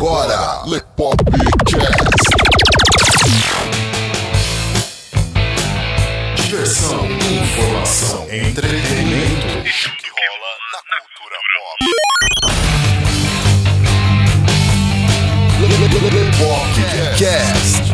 agora, Lepopcast. Diversão, informação, entretenimento. Isso que rola na cultura pop. Lepopcast.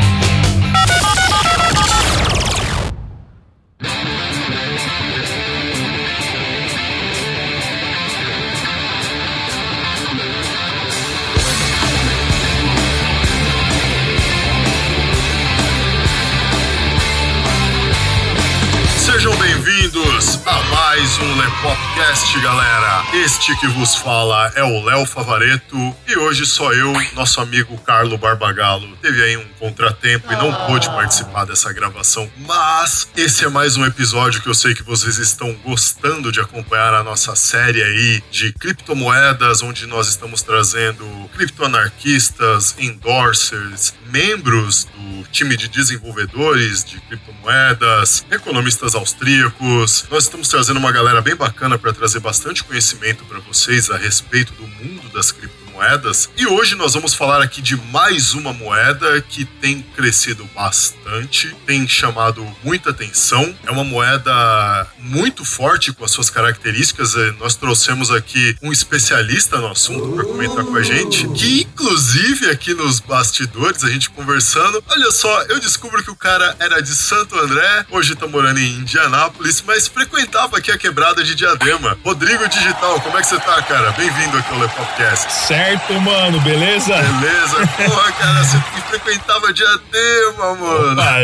Sejam bem-vindos a mais um Lepopcast, galera. Este que vos fala é o Léo Favaretto e hoje só eu, nosso amigo Carlo Barbagallo, teve aí um contratempo e não pôde participar dessa gravação, mas esse é mais um episódio que eu sei que vocês estão gostando de acompanhar a nossa série aí de criptomoedas, onde nós estamos trazendo criptoanarquistas, endorsers, membros do time de desenvolvedores de criptomoedas, economistas austríacos. Nós estamos trazendo uma galera bem bacana para trazer bastante conhecimento para vocês a respeito do mundo das criptomoedas. E hoje nós vamos falar aqui de mais uma moeda que tem crescido bastante, tem chamado muita atenção. É uma moeda muito forte com as suas características. Nós trouxemos aqui um especialista no assunto para comentar com a gente, que inclusive aqui nos bastidores, a gente conversando, olha só, eu descubro que o cara era de Santo André, hoje tá morando em Indianápolis, mas frequentava aqui a quebrada de Diadema. Rodrigo Digital, como é que você tá, cara? Bem-vindo aqui ao Lepopcast. Certo, mano, beleza? Beleza. Porra, cara, você frequentava Diadema, mano. Opa,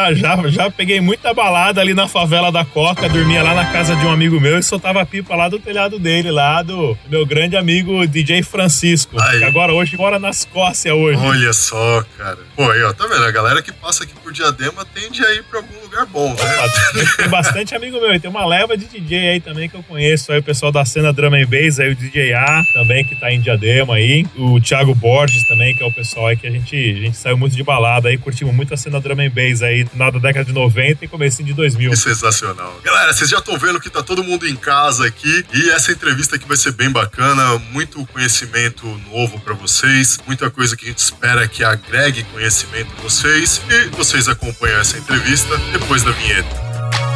já peguei muita balada ali na favela da Coca, dormia lá na casa de um amigo meu e soltava pipa lá do telhado dele, lá do meu grande amigo DJ Francisco, aí, que agora hoje mora na Escócia hoje. Olha só, cara. Pô, aí, ó, tá vendo? A galera que passa aqui por Diadema tende a ir pra algum lugar bom, né? Opa, tem bastante amigo meu, e tem uma leva de DJ aí também que eu conheço, aí o pessoal da cena Drum and Bass, aí o DJ A também, que tá em Diadema aí, o Thiago Borges também, que é o pessoal aí que a gente saiu muito de balada aí, curtimos muito a cena Drum and Bass aí na década de 90 e comecinho de 2000. Que sensacional. Galera, vocês já estão vendo que tá todo mundo em casa aqui e essa entrevista aqui vai ser bem bacana, muito conhecimento novo pra vocês, muita coisa que a gente espera que agregue conhecimento a vocês e vocês acompanham essa entrevista depois da vinheta.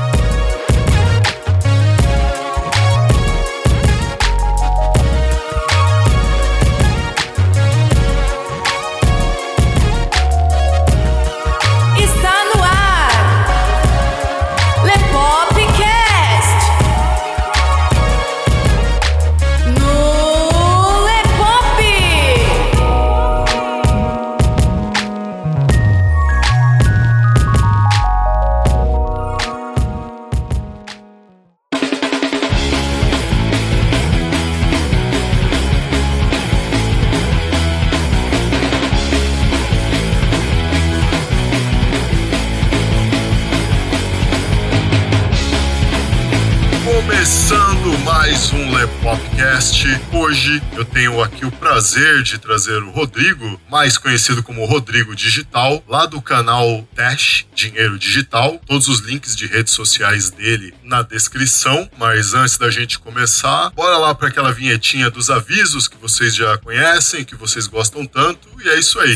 Começando mais um Lepopcast. Hoje eu tenho aqui o prazer de trazer o Rodrigo, mais conhecido como Rodrigo Digital, lá do canal Dash Dinheiro Digital. Todos os links de redes sociais dele na descrição. Mas antes da gente começar, bora lá para aquela vinhetinha dos avisos que vocês já conhecem, que vocês gostam tanto. E é isso aí.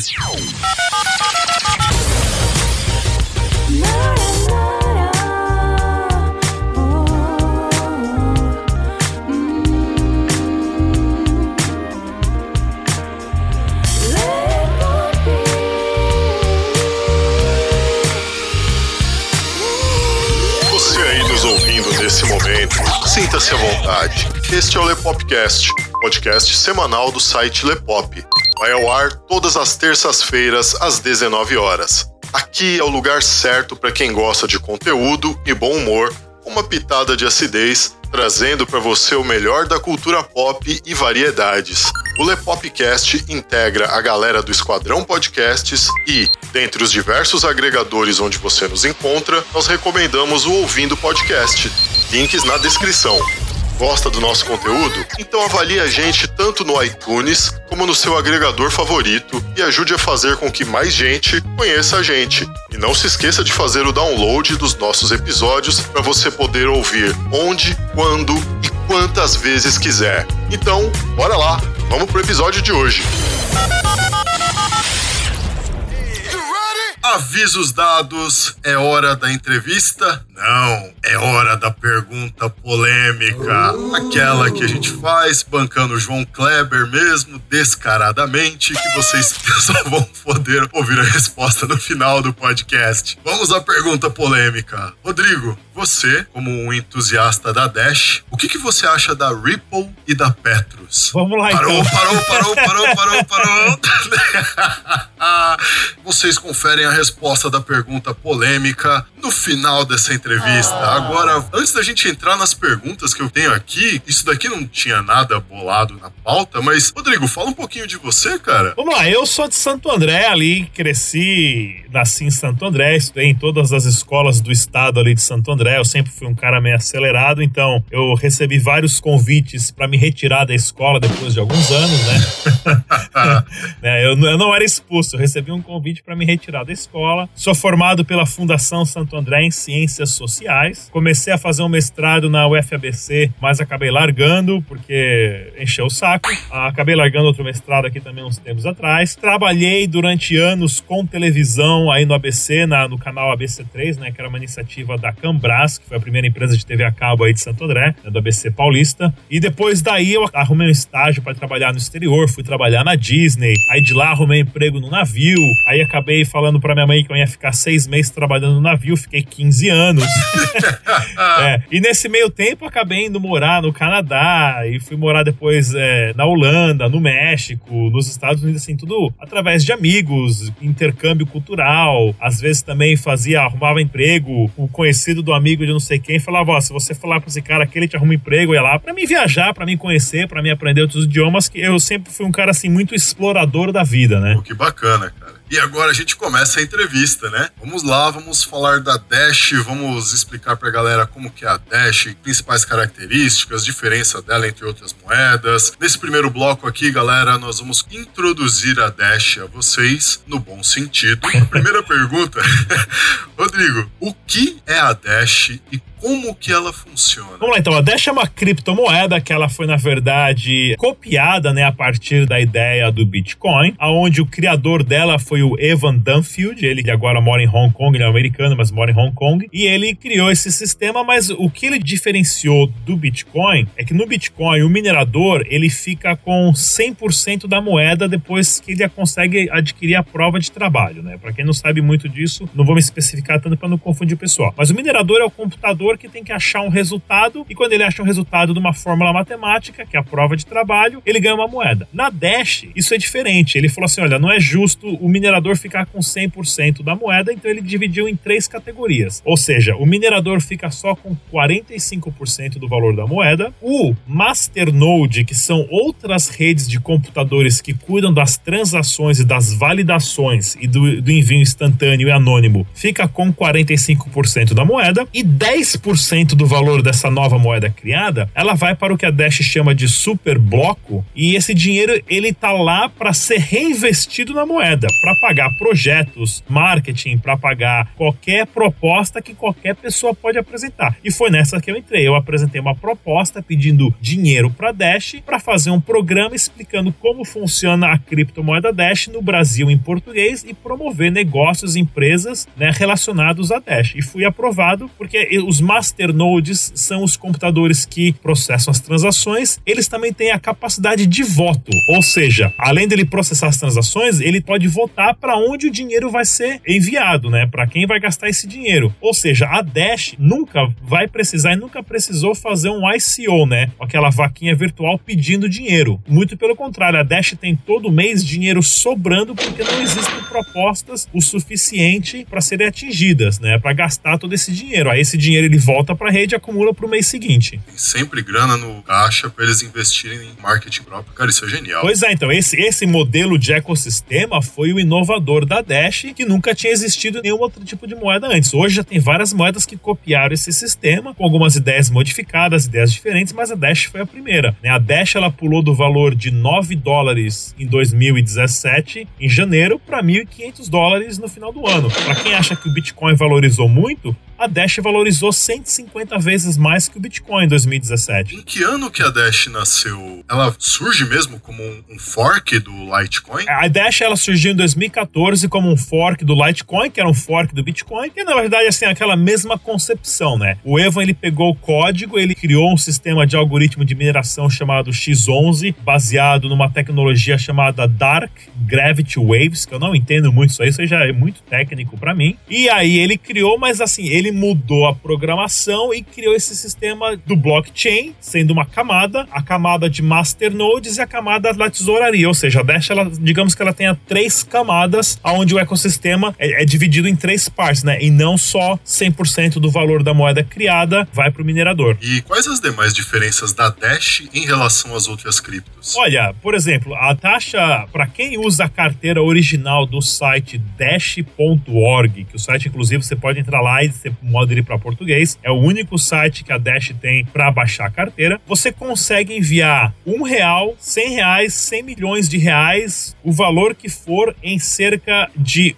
Nesse momento, sinta-se à vontade. Este é o Lepopcast, podcast semanal do site Lepop. Vai ao ar todas as terças-feiras às 19 horas. Aqui é o lugar certo para quem gosta de conteúdo e bom humor, uma pitada de acidez, trazendo para você o melhor da cultura pop e variedades. O Lepopcast integra a galera do Esquadrão Podcasts e, dentre os diversos agregadores onde você nos encontra, nós recomendamos o Ouvindo Podcast. Links na descrição. Gosta do nosso conteúdo? Então avalie a gente tanto no iTunes como no seu agregador favorito e ajude a fazer com que mais gente conheça a gente. E não se esqueça de fazer o download dos nossos episódios para você poder ouvir onde, quando e quantas vezes quiser. Então, bora lá! vamos pro episódio de hoje. Avisos dados, é hora da entrevista? Não, é hora da pergunta polêmica. Aquela que a gente faz bancando o João Kleber mesmo, descaradamente, que vocês só vão poder ouvir a resposta no final do podcast. Vamos à pergunta polêmica. Rodrigo, você, como um entusiasta da Dash, o que você acha da Ripple e da Petrus? Vamos lá, Parou. então. Parou. Vocês conferem a resposta da pergunta polêmica no final dessa entrevista. Agora, antes da gente entrar nas perguntas que eu tenho aqui, isso daqui não tinha nada bolado na pauta, mas, Rodrigo, fala um pouquinho de você, cara. Vamos lá, eu sou de Santo André ali, nasci em Santo André, estudei em todas as escolas do estado ali de Santo André, eu sempre fui um cara meio acelerado, então eu recebi vários convites para me retirar da escola depois de alguns anos, né? Eu não era expulso, eu recebi um convite para me retirar da escola. Sou formado pela Fundação Santo André em Ciências Sociais, comecei a fazer um mestrado na UFABC, mas acabei largando porque encheu o saco. Acabei largando outro mestrado aqui também uns tempos atrás. Trabalhei durante anos com televisão aí no ABC, no canal ABC3, né, que era uma iniciativa da Cambras, que foi a primeira empresa de TV a cabo aí de Santo André, né, do ABC Paulista. E depois daí eu arrumei um estágio para trabalhar no exterior, fui trabalhar na Disney, aí de lá arrumei emprego no navio, aí acabei falando pra minha mãe que eu ia ficar 6 meses trabalhando no navio, fiquei 15 anos. E nesse meio tempo acabei indo morar no Canadá e fui morar depois na Holanda, no México, nos Estados Unidos, assim, tudo através de amigos, intercâmbio cultural. Às vezes também arrumava emprego, o conhecido do amigo de não sei quem falava, se você falar pra esse cara que ele te arruma emprego, eu ia lá pra mim viajar, pra mim conhecer, pra mim aprender outros idiomas, que eu sempre fui um cara assim muito explorador da vida, né? Pô, que bacana, cara. E agora a gente começa a entrevista, né? Vamos lá, vamos falar da Dash, vamos explicar pra galera como que é a Dash, principais características, diferença dela entre outras moedas. Nesse primeiro bloco aqui, galera, nós vamos introduzir a Dash a vocês no bom sentido. A primeira pergunta, Rodrigo, o que é a Dash e como que ela funciona? Vamos lá, então. A Dash é uma criptomoeda que ela foi, na verdade, copiada, né, a partir da ideia do Bitcoin, onde o criador dela foi o Evan Dunfield. Ele agora mora em Hong Kong, ele é americano, mas mora em Hong Kong. E ele criou esse sistema, mas o que ele diferenciou do Bitcoin é que no Bitcoin, o minerador, ele fica com 100% da moeda depois que ele consegue adquirir a prova de trabalho, né? Pra quem não sabe muito disso, não vou me especificar tanto para não confundir o pessoal. Mas o minerador é o computador que tem que achar um resultado, e quando ele acha um resultado de uma fórmula matemática, que é a prova de trabalho, ele ganha uma moeda. Na Dash, isso é diferente. Ele falou assim, olha, não é justo o minerador ficar com 100% da moeda, então ele dividiu em 3 categorias. Ou seja, o minerador fica só com 45% do valor da moeda. O Masternode, que são outras redes de computadores que cuidam das transações e das validações e do envio instantâneo e anônimo, fica com 45% da moeda, e 10% do valor dessa nova moeda criada, ela vai para o que a Dash chama de superbloco, e esse dinheiro ele tá lá para ser reinvestido na moeda, para pagar projetos, marketing, para pagar qualquer proposta que qualquer pessoa pode apresentar. E foi nessa que eu entrei. Eu apresentei uma proposta pedindo dinheiro para Dash para fazer um programa explicando como funciona a criptomoeda Dash no Brasil em português e promover negócios e empresas, né, relacionados a Dash. E fui aprovado porque os masternodes são os computadores que processam as transações. Eles também têm a capacidade de voto, ou seja, além dele processar as transações, ele pode votar para onde o dinheiro vai ser enviado, né? Para quem vai gastar esse dinheiro. Ou seja, a Dash nunca vai precisar e nunca precisou fazer um ICO, né? Aquela vaquinha virtual pedindo dinheiro. Muito pelo contrário, a Dash tem todo mês dinheiro sobrando porque não existem propostas o suficiente para serem atingidas, né? Para gastar todo esse dinheiro. Aí esse dinheiro ele volta para a rede e acumula para o mês seguinte. Tem sempre grana no caixa para eles investirem em marketing próprio. Cara, isso é genial. Pois é, então esse modelo de ecossistema foi o inovador da Dash, que nunca tinha existido nenhum outro tipo de moeda antes. Hoje já tem várias moedas que copiaram esse sistema, com algumas ideias modificadas, ideias diferentes, mas a Dash foi a primeira, né? A Dash ela pulou do valor de $9 em 2017, em janeiro, para $1.500 no final do ano. Para quem acha que o Bitcoin valorizou muito, a Dash valorizou 150 vezes mais que o Bitcoin em 2017. Em que ano que a Dash nasceu? Ela surge mesmo como um fork do Litecoin? A Dash ela surgiu em 2014 como um fork do Litecoin, que era um fork do Bitcoin, que na verdade assim, aquela mesma concepção, né? O Evan ele pegou o código, ele criou um sistema de algoritmo de mineração chamado X11, baseado numa tecnologia chamada Dark Gravity Waves, que eu não entendo muito isso já é muito técnico pra mim. E aí ele criou, mas assim, ele mudou a programação e criou esse sistema do blockchain, sendo uma camada, a camada de masternodes e a camada da tesouraria, ou seja, a Dash, ela, digamos que ela tenha 3 camadas, onde o ecossistema é dividido em 3 partes, né? E não só 100% do valor da moeda criada vai pro minerador. E quais as demais diferenças da Dash em relação às outras criptos? Olha, por exemplo, a taxa, para quem usa a carteira original do site dash.org, que o site, inclusive, você pode entrar lá e você pode ir para português, é o único site que a Dash tem para baixar a carteira, você consegue enviar R$1, R$100, 100 milhões de reais, o valor que for, em cerca de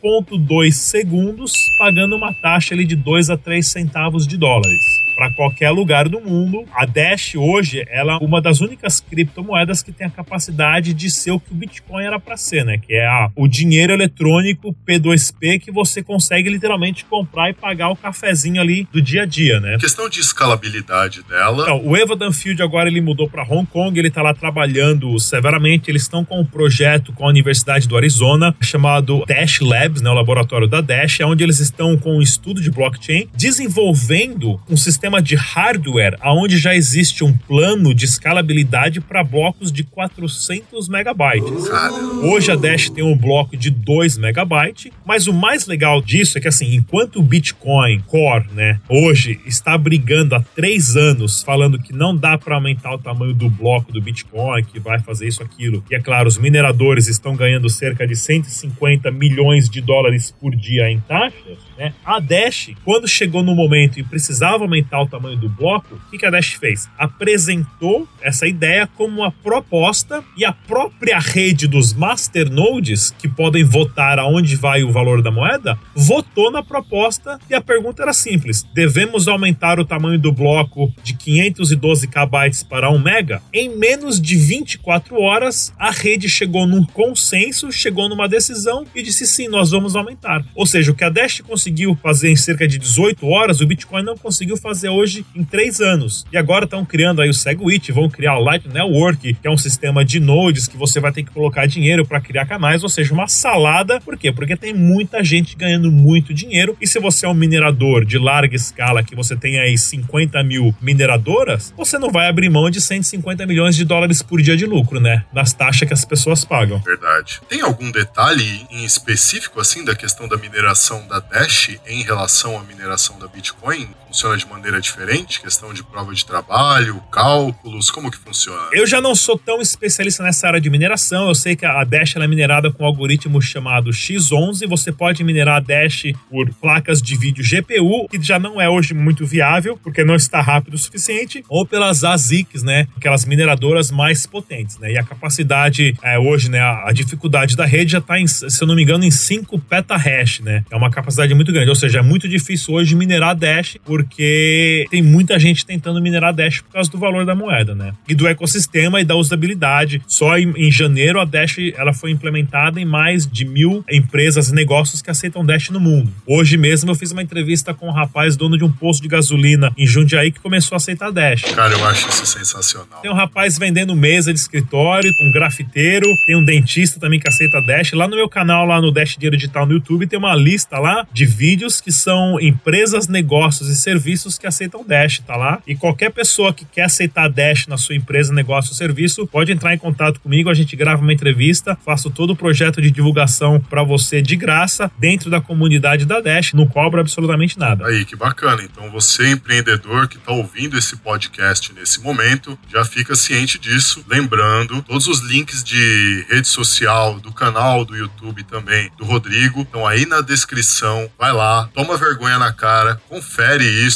1,2 segundos, pagando uma taxa ali de 2 a 3 centavos de dólares. Para qualquer lugar do mundo. A Dash hoje, ela é uma das únicas criptomoedas que tem a capacidade de ser o que o Bitcoin era para ser, né? Que é o dinheiro eletrônico P2P que você consegue literalmente comprar e pagar o cafezinho ali do dia a dia, né? Questão de escalabilidade dela. Então, o Evan Dunfield agora ele mudou para Hong Kong, ele tá lá trabalhando severamente, eles estão com um projeto com a Universidade do Arizona chamado Dash Labs, né? O laboratório da Dash, onde eles estão com um estudo de blockchain, desenvolvendo um sistema de hardware onde já existe um plano de escalabilidade para blocos de 400 megabytes. Hoje a Dash tem um bloco de 2 megabytes, mas o mais legal disso é que assim, enquanto o Bitcoin Core, né, hoje está brigando há 3 anos falando que não dá para aumentar o tamanho do bloco do Bitcoin, que vai fazer isso, aquilo, e é claro, os mineradores estão ganhando cerca de 150 milhões de dólares por dia em taxas, né? A Dash, quando chegou no momento e precisava aumentar o tamanho do bloco, o que a Dash fez? Apresentou essa ideia como uma proposta e a própria rede dos masternodes, que podem votar aonde vai o valor da moeda, votou na proposta e a pergunta era simples: devemos aumentar o tamanho do bloco de 512 KB para 1 mega? Em menos de 24 horas, a rede chegou num consenso, chegou numa decisão e disse sim, nós vamos aumentar. Ou seja, o que a Dash conseguiu fazer em cerca de 18 horas, o Bitcoin não conseguiu fazer hoje em 3 anos. E agora estão criando aí o Segwit, vão criar o Lightning Network, que é um sistema de nodes que você vai ter que colocar dinheiro para criar canais, ou seja, uma salada. Por quê? Porque tem muita gente ganhando muito dinheiro, e se você é um minerador de larga escala, que você tem aí 50 mil mineradoras, você não vai abrir mão de 150 milhões de dólares por dia de lucro, né? Das taxas que as pessoas pagam. Verdade. Tem algum detalhe em específico, assim, da questão da mineração da Dash em relação à mineração da Bitcoin? Funciona de maneira diferente? Questão de prova de trabalho, cálculos, como que funciona? Eu já não sou tão especialista nessa área de mineração. Eu sei que a Dash ela é minerada com um algoritmo chamado X11. Você pode minerar a Dash por placas de vídeo GPU, que já não é hoje muito viável, porque não está rápido o suficiente, ou pelas ASICs, né? Aquelas mineradoras mais potentes, né? E a capacidade hoje, né? A dificuldade da rede já está, se eu não me engano, em 5 petahash, né? É uma capacidade muito grande. Ou seja, é muito difícil hoje minerar a Dash, porque tem muita gente tentando minerar a Dash por causa do valor da moeda, né? E do ecossistema e da usabilidade. Só em janeiro a Dash ela foi implementada em mais de 1.000 empresas e negócios que aceitam Dash no mundo. Hoje mesmo eu fiz uma entrevista com um rapaz dono de um posto de gasolina em Jundiaí que começou a aceitar Dash. Cara, eu acho isso sensacional. Tem um rapaz vendendo mesa de escritório, um grafiteiro, tem um dentista também que aceita Dash. Lá no meu canal, lá no Dash Dinheiro Digital no YouTube, tem uma lista lá de vídeos que são empresas, negócios e serviços que aceitam Dash, tá lá? E qualquer pessoa que quer aceitar Dash na sua empresa, negócio ou serviço, pode entrar em contato comigo, a gente grava uma entrevista, faço todo o projeto de divulgação para você de graça, dentro da comunidade da Dash, não cobra absolutamente nada. Aí, que bacana. Então você, empreendedor que tá ouvindo esse podcast nesse momento, já fica ciente disso. Lembrando, todos os links de rede social, do canal do YouTube também, do Rodrigo, estão aí na descrição. Vai lá, toma vergonha na cara, confere isso, porque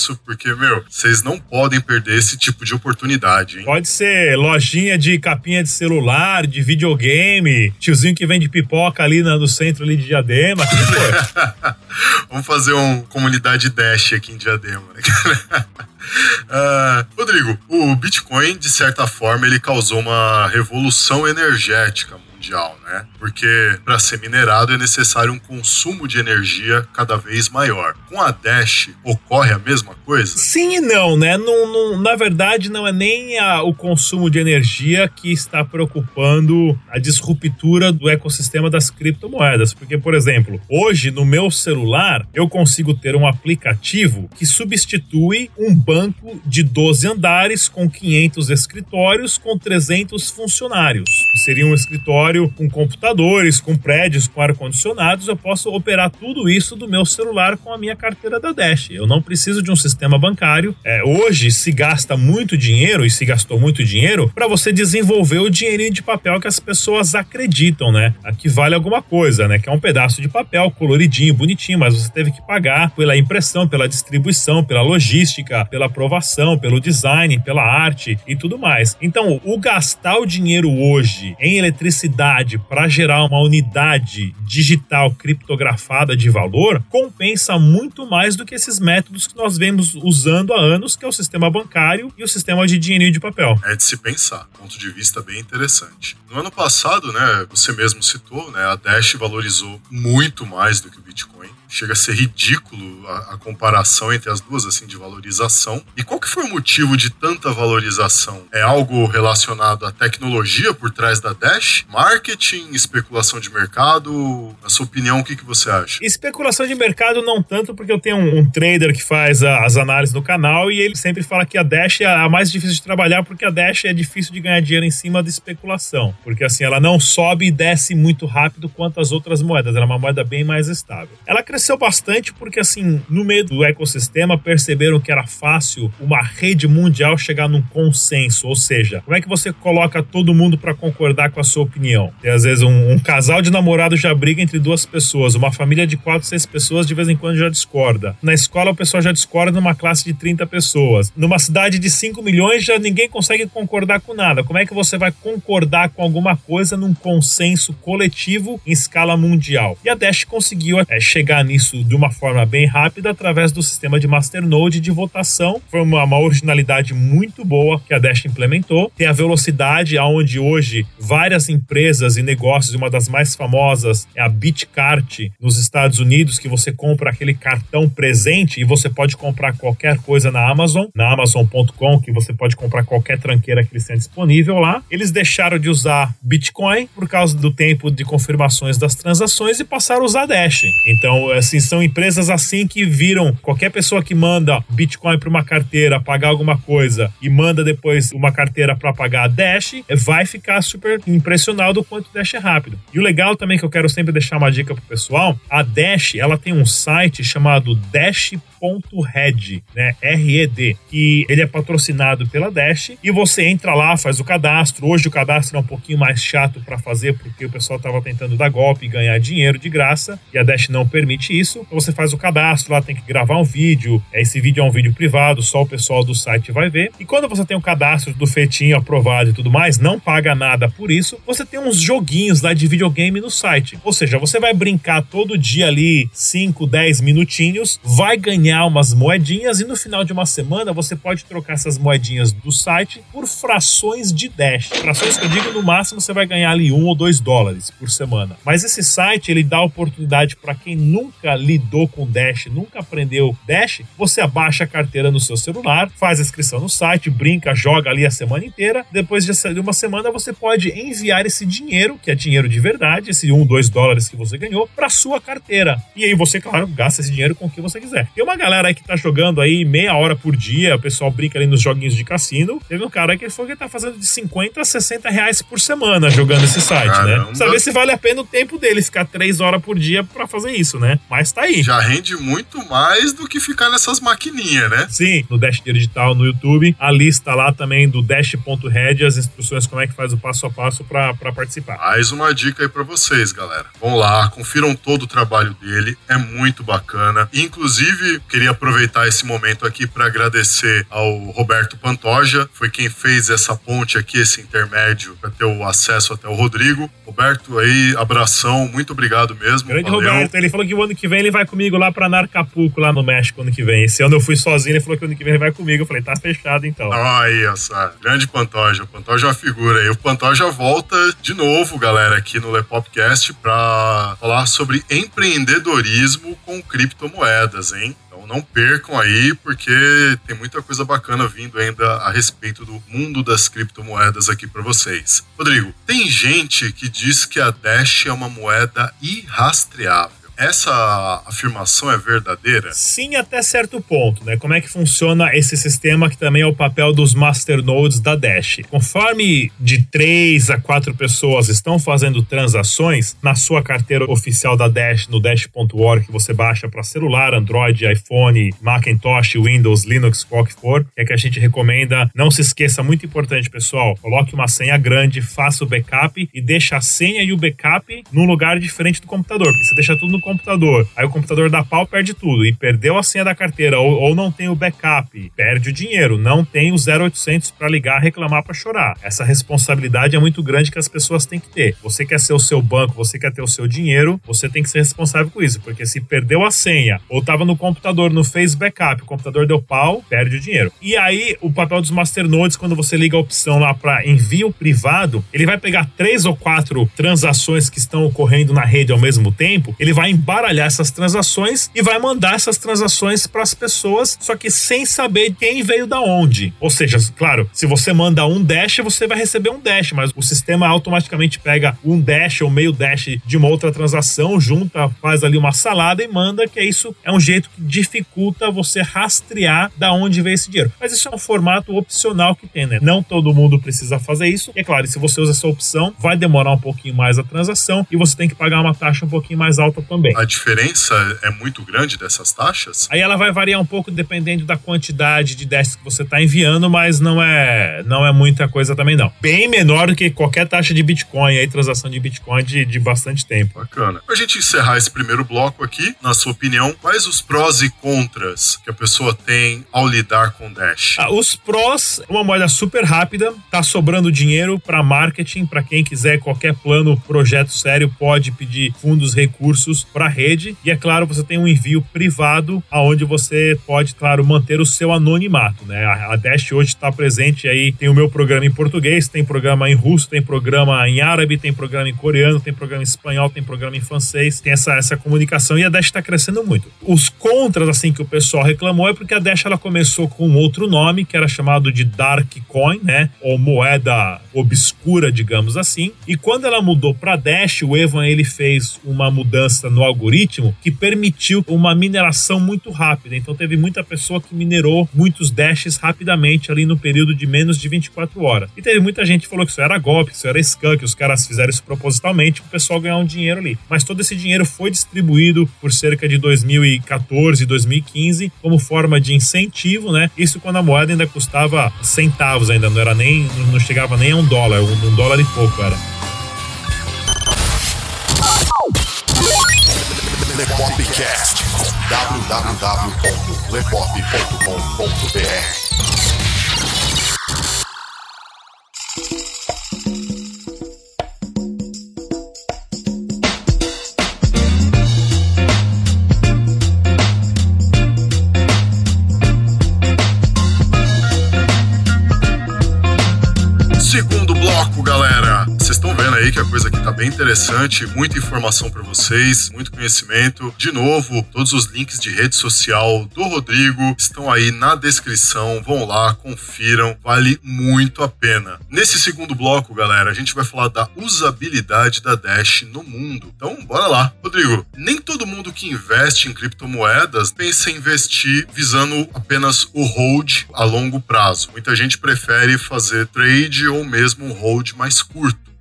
porque, vocês não podem perder esse tipo de oportunidade, hein? Pode ser lojinha de capinha de celular, de videogame, tiozinho que vende pipoca ali no centro ali de Diadema, que foi? Vamos fazer uma comunidade Dash aqui em Diadema, né? Rodrigo, o Bitcoin, de certa forma, ele causou uma revolução energética mundial, né? Porque para ser minerado é necessário um consumo de energia cada vez maior. Com a Dash, ocorre a mesma coisa? Sim e não, né? Na verdade, não é nem o consumo de energia que está preocupando a disruptura do ecossistema das criptomoedas. Porque, por exemplo, hoje no meu celular eu consigo ter um aplicativo que substitui um banco de 12 andares com 500 escritórios com 300 funcionários. Seria um escritório com computadores, com prédios, com ar-condicionados. Eu posso operar tudo isso do meu celular com a minha carteira da Dash. Eu não preciso de um sistema bancário. Hoje se gasta muito dinheiro, e se gastou muito dinheiro, para você desenvolver o dinheirinho de papel que as pessoas acreditam, né? Que vale alguma coisa, né? Que é um pedaço de papel coloridinho, bonitinho, mas você teve que pagar pela impressão, pela distribuição, pela logística, pela aprovação, pelo design, pela arte e tudo mais. Então, o gastar o dinheiro hoje em eletricidade para gerar uma unidade digital criptografada de valor compensa muito mais do que esses métodos que nós vemos usando há anos, que é o sistema bancário e o sistema de dinheirinho de papel. É de se pensar, ponto de vista bem interessante. No ano passado, né, você mesmo citou, né, a Dash valorizou muito mais do que o Bitcoin. Chega a ser ridículo a comparação entre as duas, assim, de valorização. E qual que foi o motivo de tanta valorização? É algo relacionado à tecnologia por trás da Dash? Marketing? Especulação de mercado? Na sua opinião, o que você acha? Especulação de mercado não tanto, porque eu tenho um trader que faz as análises no canal e ele sempre fala que a Dash é a mais difícil de trabalhar, porque a Dash é difícil de ganhar dinheiro em cima da especulação. Porque assim, ela não sobe e desce muito rápido quanto as outras moedas. Ela é uma moeda bem mais estável. Ela cresceu bastante porque, assim, no meio do ecossistema perceberam que era fácil uma rede mundial chegar num consenso, ou seja, como é que você coloca todo mundo para concordar com a sua opinião? E às vezes um casal de namorados já briga entre duas pessoas, uma família de 4, 6 pessoas de vez em quando já discorda. Na escola o pessoal já discorda numa classe de 30 pessoas. Numa cidade de 5 milhões já ninguém consegue concordar com nada. Como é que você vai concordar com alguma coisa num consenso coletivo em escala mundial? E a Dash conseguiu chegar nisso de uma forma bem rápida através do sistema de Masternode de votação. Foi uma originalidade muito boa que a Dash implementou. Tem a velocidade, aonde hoje várias empresas e negócios, uma das mais famosas é a Bitcart nos Estados Unidos, que você compra aquele cartão presente e você pode comprar qualquer coisa na Amazon.com, que você pode comprar qualquer tranqueira que eles têm disponível lá. Eles deixaram de usar Bitcoin por causa do tempo de confirmações das transações e passaram a usar Dash. Então, assim, são empresas assim que viram qualquer pessoa que manda Bitcoin para uma carteira pagar alguma coisa e manda depois uma carteira para pagar a Dash, vai ficar super impressionado o quanto o Dash é rápido. E o legal também, que eu quero sempre deixar uma dica pro pessoal, a Dash, ela tem um site chamado Dash.red, né, RED, que ele é patrocinado pela Dash e você entra lá, faz o cadastro. Hoje o cadastro é um pouquinho mais chato para fazer porque o pessoal tava tentando dar golpe e ganhar dinheiro de graça e a Dash não permite isso. Então você faz o cadastro, lá tem que gravar um vídeo, esse vídeo é um vídeo privado, só o pessoal do site vai ver. E quando você tem o cadastro do feitinho aprovado e tudo mais, não paga nada por isso, você tem uns joguinhos lá de videogame no site. Ou seja, você vai brincar todo dia ali 5, 10 minutinhos, vai ganhar umas moedinhas e no final de uma semana você pode trocar essas moedinhas do site por frações de Dash. Frações que eu digo, no máximo você vai ganhar ali $1 ou $2 por semana. Mas esse site, ele dá oportunidade para quem nunca lidou com Dash, nunca aprendeu Dash, você abaixa a carteira no seu celular, faz a inscrição no site, brinca, joga ali a semana inteira, depois de uma semana você pode enviar esse dinheiro, que é dinheiro de verdade, esse $1, $2 que você ganhou, para sua carteira. E aí você, claro, gasta esse dinheiro com o que você quiser. Tem uma galera aí que tá jogando aí meia hora por dia, o pessoal brinca ali nos joguinhos de cassino. Teve um cara que falou que tá fazendo de 50 a 60 reais por semana jogando esse site, né? Saber se vale a pena o tempo dele ficar 3 horas por dia pra fazer isso, né? mas tá aí. Já rende muito mais do que ficar nessas maquininhas, né? Sim, no Dash Dinheiro Digital no YouTube, a lista lá também do Dash.red, as instruções como é que faz o passo a passo pra participar. Mais uma dica aí pra vocês, galera. Vão lá, confiram todo o trabalho dele, é muito bacana. Inclusive, queria aproveitar esse momento aqui pra agradecer ao Roberto Pantoja, foi quem fez essa ponte aqui, esse intermédio, pra ter o acesso até o Rodrigo. Roberto, aí, abração, muito obrigado mesmo. Grande valeu. Roberto, ele falou que o ano que vem ele vai comigo lá pra Acapulco, lá no México, ano que vem. Esse ano eu fui sozinho, ele falou que ano que vem ele vai comigo. Eu falei, tá fechado então. Aí, essa grande Pantoja. O Pantoja é uma figura aí. O Pantoja volta de novo, galera, aqui no Lepopcast pra falar sobre empreendedorismo com criptomoedas, hein? Então não percam aí, porque tem muita coisa bacana vindo ainda a respeito do mundo das criptomoedas aqui pra vocês. Rodrigo, tem gente que diz que a Dash é uma moeda irrastreável. Essa afirmação é verdadeira? Sim, até certo ponto, né? Como é que funciona esse sistema, que também é o papel dos masternodes da Dash. Conforme de 3 a 4 pessoas estão fazendo transações na sua carteira oficial da Dash, no Dash.org, que você baixa para celular, Android, iPhone, Macintosh, Windows, Linux, qual que for, é que a gente recomenda. Não se esqueça, muito importante, pessoal, coloque uma senha grande, faça o backup e deixa a senha e o backup num lugar diferente do computador, porque você deixa tudo no computador, aí o computador dá pau, perde tudo, e perdeu a senha da carteira, ou não tem o backup, perde o dinheiro, não tem o 0800 para ligar, reclamar, para chorar. Essa responsabilidade é muito grande que as pessoas têm que ter. Você quer ser o seu banco, você quer ter o seu dinheiro, você tem que ser responsável com isso, porque se perdeu a senha, ou tava no computador, não fez backup, o computador deu pau, perde o dinheiro. E aí, o papel dos masternodes, quando você liga a opção lá para envio privado, ele vai pegar 3 ou 4 transações que estão ocorrendo na rede ao mesmo tempo, ele vai embaralhar essas transações e vai mandar essas transações para as pessoas, só que sem saber quem veio da onde. Ou seja, claro, se você manda um Dash, você vai receber um Dash, mas o sistema automaticamente pega um Dash ou meio Dash de uma outra transação, junta, faz ali uma salada e manda, que isso é um jeito que dificulta você rastrear da onde veio esse dinheiro. Mas isso é um formato opcional que tem, né? Não todo mundo precisa fazer isso. E é claro, se você usa essa opção, vai demorar um pouquinho mais a transação e você tem que pagar uma taxa um pouquinho mais alta também. A diferença é muito grande dessas taxas? Aí ela vai variar um pouco dependendo da quantidade de Dash que você está enviando, mas não é muita coisa também não. Bem menor do que qualquer taxa de Bitcoin, aí transação de Bitcoin de bastante tempo. Bacana. Pra gente encerrar esse primeiro bloco aqui, na sua opinião, quais os prós e contras que a pessoa tem ao lidar com Dash? Os prós, uma moeda super rápida, tá sobrando dinheiro para marketing, para quem quiser qualquer plano, projeto sério, pode pedir fundos, recursos para a rede, e é claro, você tem um envio privado aonde você pode, claro, manter o seu anonimato, né? A Dash hoje está presente aí, tem o meu programa em português, tem programa em russo, tem programa em árabe, tem programa em coreano, tem programa em espanhol, tem programa em francês, tem essa comunicação, e a Dash está crescendo muito. Os contras, assim, que o pessoal reclamou é porque a Dash, ela começou com outro nome, que era chamado de Dark Coin, né? Ou moeda obscura, digamos assim, e quando ela mudou para Dash, o Evan, ele fez uma mudança no algoritmo que permitiu uma mineração muito rápida. Então teve muita pessoa que minerou muitos Dashes rapidamente ali no período de menos de 24 horas. E teve muita gente que falou que isso era golpe, que isso era scam, que os caras fizeram isso propositalmente para o pessoal ganhar um dinheiro ali. Mas todo esse dinheiro foi distribuído por cerca de 2014, 2015 como forma de incentivo, né? Isso quando a moeda ainda custava centavos, ainda não era nem, não chegava nem a $1, $1 e pouco era. Lepopcast, www.lepop.com.br. Segundo bloco, galera. Vocês estão vendo aí que a coisa aqui tá bem interessante, muita informação pra vocês, muito conhecimento. De novo, todos os links de rede social do Rodrigo estão aí na descrição. Vão lá, confiram, vale muito a pena. Nesse segundo bloco, galera, a gente vai falar da usabilidade da Dash no mundo. Então, bora lá. Rodrigo, nem todo mundo que investe em criptomoedas pensa em investir visando apenas o hold a longo prazo. Muita gente prefere fazer trade ou mesmo um hold mais curto.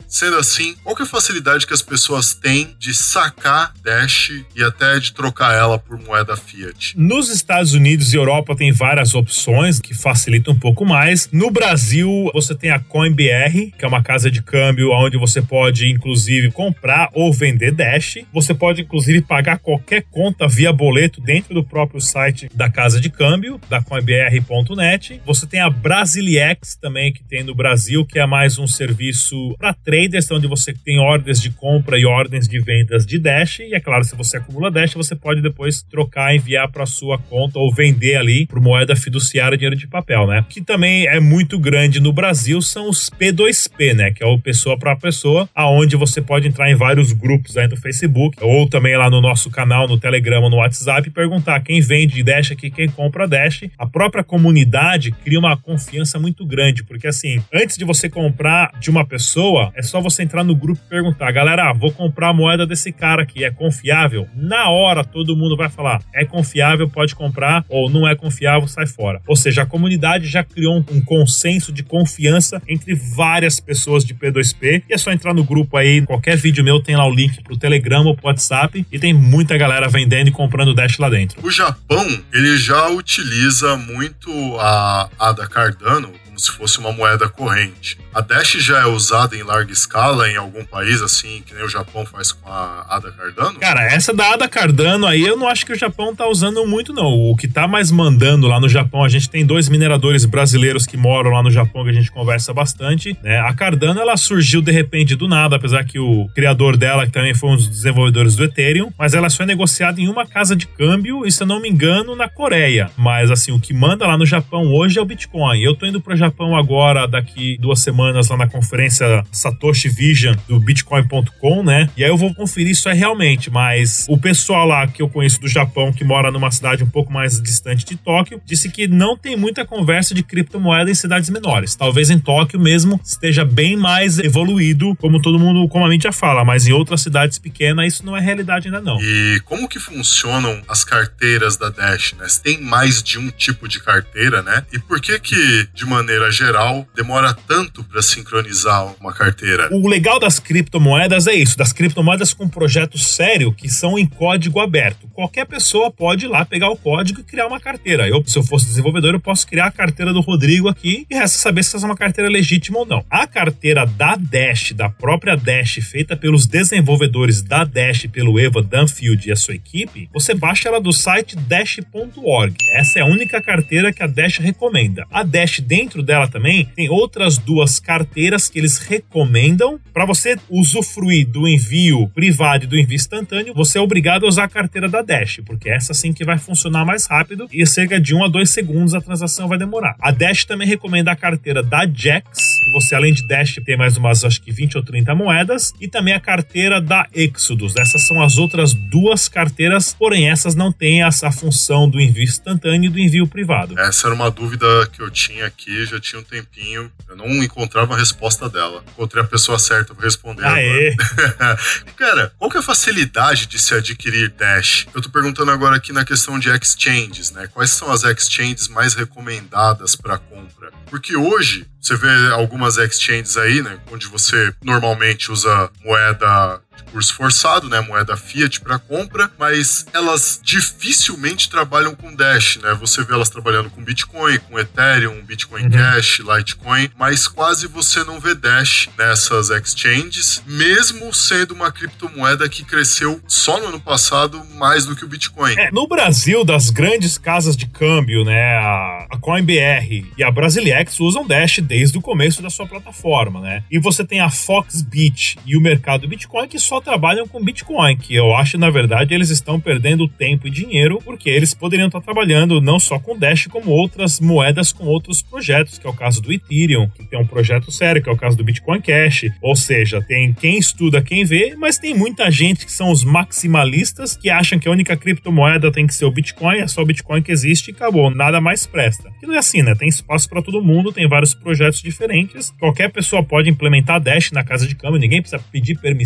Sendo assim, qual que é a facilidade que as pessoas têm de sacar Dash e até de trocar ela por moeda fiat? Nos Estados Unidos e Europa tem várias opções que facilitam um pouco mais. No Brasil, você tem a CoinBR, que é uma casa de câmbio onde você pode, inclusive, comprar ou vender Dash. Você pode, inclusive, pagar qualquer conta via boleto dentro do próprio site da casa de câmbio, da coinbr.net. Você tem a Brasiliex também, que tem no Brasil, que é mais um serviço para traders, onde você tem ordens de compra e ordens de vendas de Dash. E é claro, se você acumula Dash, você pode depois trocar, enviar para sua conta ou vender ali por moeda fiduciária, dinheiro de papel, né? Que também é muito grande no Brasil são os P2P, né? Que é o pessoa para pessoa, aonde você pode entrar em vários grupos aí no Facebook ou também lá no nosso canal, no Telegram, no WhatsApp e perguntar quem vende Dash aqui, quem compra Dash. A própria comunidade cria uma confiança muito grande, porque assim, antes de você comprar de uma pessoa, é só você entrar no grupo e perguntar, galera, vou comprar a moeda desse cara aqui, é confiável? Na hora todo mundo vai falar, é confiável, pode comprar, ou não é confiável, sai fora. Ou seja, a comunidade já criou um consenso de confiança entre várias pessoas de P2P, e é só entrar no grupo aí, qualquer vídeo meu tem lá o link pro Telegram ou pro WhatsApp, e tem muita galera vendendo e comprando Dash lá dentro. O Japão, ele já utiliza muito a ADA Cardano como se fosse uma moeda corrente. A Dash já é usada em larga escala em algum país, assim, que nem o Japão faz com a ADA Cardano? Cara, essa da ADA Cardano aí, eu não acho que o Japão tá usando muito, não. O que tá mais mandando lá no Japão, a gente tem 2 mineradores brasileiros que moram lá no Japão, que a gente conversa bastante, né? A Cardano, ela surgiu de repente do nada, apesar que o criador dela, que também foi um dos desenvolvedores do Ethereum, mas ela só é negociada em uma casa de câmbio, e se eu não me engano, na Coreia. Mas, assim, o que manda lá no Japão hoje é o Bitcoin. Eu tô indo pro Japão agora, daqui 2 semanas, lá na conferência Satoshi Vision do Bitcoin.com, né? E aí eu vou conferir isso aí realmente, mas o pessoal lá que eu conheço do Japão, que mora numa cidade um pouco mais distante de Tóquio, disse que não tem muita conversa de criptomoeda em cidades menores. Talvez em Tóquio mesmo esteja bem mais evoluído, como todo mundo, como a mídia fala, mas em outras cidades pequenas isso não é realidade ainda não. E como que funcionam as carteiras da Dash, né? Tem mais de um tipo de carteira, né? E por que que, de maneira geral, demora tanto para sincronizar uma carteira? O legal das criptomoedas é isso, das criptomoedas com projeto sério que são em código aberto. Qualquer pessoa pode ir lá pegar o código e criar uma carteira. Se eu fosse desenvolvedor, eu posso criar a carteira do Rodrigo aqui e resta saber se essa é uma carteira legítima ou não. A carteira da Dash, da própria Dash, feita pelos desenvolvedores da Dash, pelo Eva Dunfield e a sua equipe, você baixa ela do site dash.org. Essa é a única carteira que a Dash recomenda. A Dash, dentro dela também, tem outras 2 carteiras que eles recomendam. Para você usufruir do envio privado e do envio instantâneo, você é obrigado a usar a carteira da Dash, porque essa sim que vai funcionar mais rápido e cerca de 1 a 2 segundos a transação vai demorar. A Dash também recomenda a carteira da Jax, que você, além de Dash, tem mais umas, acho que 20 ou 30 moedas, e também a carteira da Exodus. Essas são as outras 2 carteiras, porém essas não têm essa função do envio instantâneo e do envio privado. Essa era uma dúvida que eu tinha aqui, já tinha um tempinho, eu não encontrava a resposta dela. Encontrei a pessoa certa para responder agora. Cara, qual que é a facilidade de se adquirir Dash? Eu tô perguntando agora aqui na questão de exchanges, né? Quais são as exchanges mais recomendadas para compra? Porque hoje, você vê algumas exchanges aí, né? Onde você normalmente usa moeda de curso forçado, né, moeda fiat para compra, mas elas dificilmente trabalham com Dash, né? Você vê elas trabalhando com Bitcoin, com Ethereum, Bitcoin Cash, Litecoin, mas quase você não vê Dash nessas exchanges, mesmo sendo uma criptomoeda que cresceu só no ano passado mais do que o Bitcoin. No Brasil, das grandes casas de câmbio, né, a CoinBR e a Brasiliex usam Dash desde o começo da sua plataforma, né? E você tem a Foxbit e o mercado Bitcoin que só trabalham com Bitcoin, que eu acho, na verdade, eles estão perdendo tempo e dinheiro, porque eles poderiam estar trabalhando não só com Dash, como outras moedas com outros projetos, que é o caso do Ethereum, que tem um projeto sério, que é o caso do Bitcoin Cash. Ou seja, tem quem estuda, quem vê, mas tem muita gente que são os maximalistas, que acham que a única criptomoeda tem que ser o Bitcoin, é só o Bitcoin que existe e acabou, nada mais presta. Que não é assim, né? Tem espaço para todo mundo, tem vários projetos diferentes, qualquer pessoa pode implementar Dash na casa de câmbio, ninguém precisa pedir permissão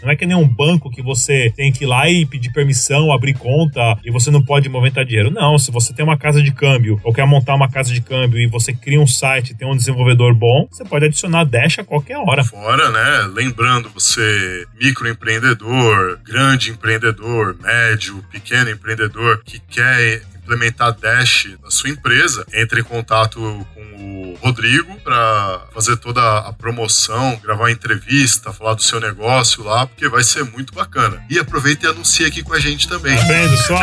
Não é que nem um banco que você tem que ir lá e pedir permissão, abrir conta e você não pode movimentar dinheiro. Não, se você tem uma casa de câmbio ou quer montar uma casa de câmbio e você cria um site, tem um desenvolvedor bom, você pode adicionar Dash a qualquer hora. Fora, né? Lembrando, você microempreendedor, grande empreendedor, médio, pequeno empreendedor que quer implementar Dash na sua empresa, entre em contato com o Rodrigo para fazer toda a promoção, gravar uma entrevista, falar do seu negócio lá, porque vai ser muito bacana. E aproveita e anuncia aqui com a gente também. Tá vendo só?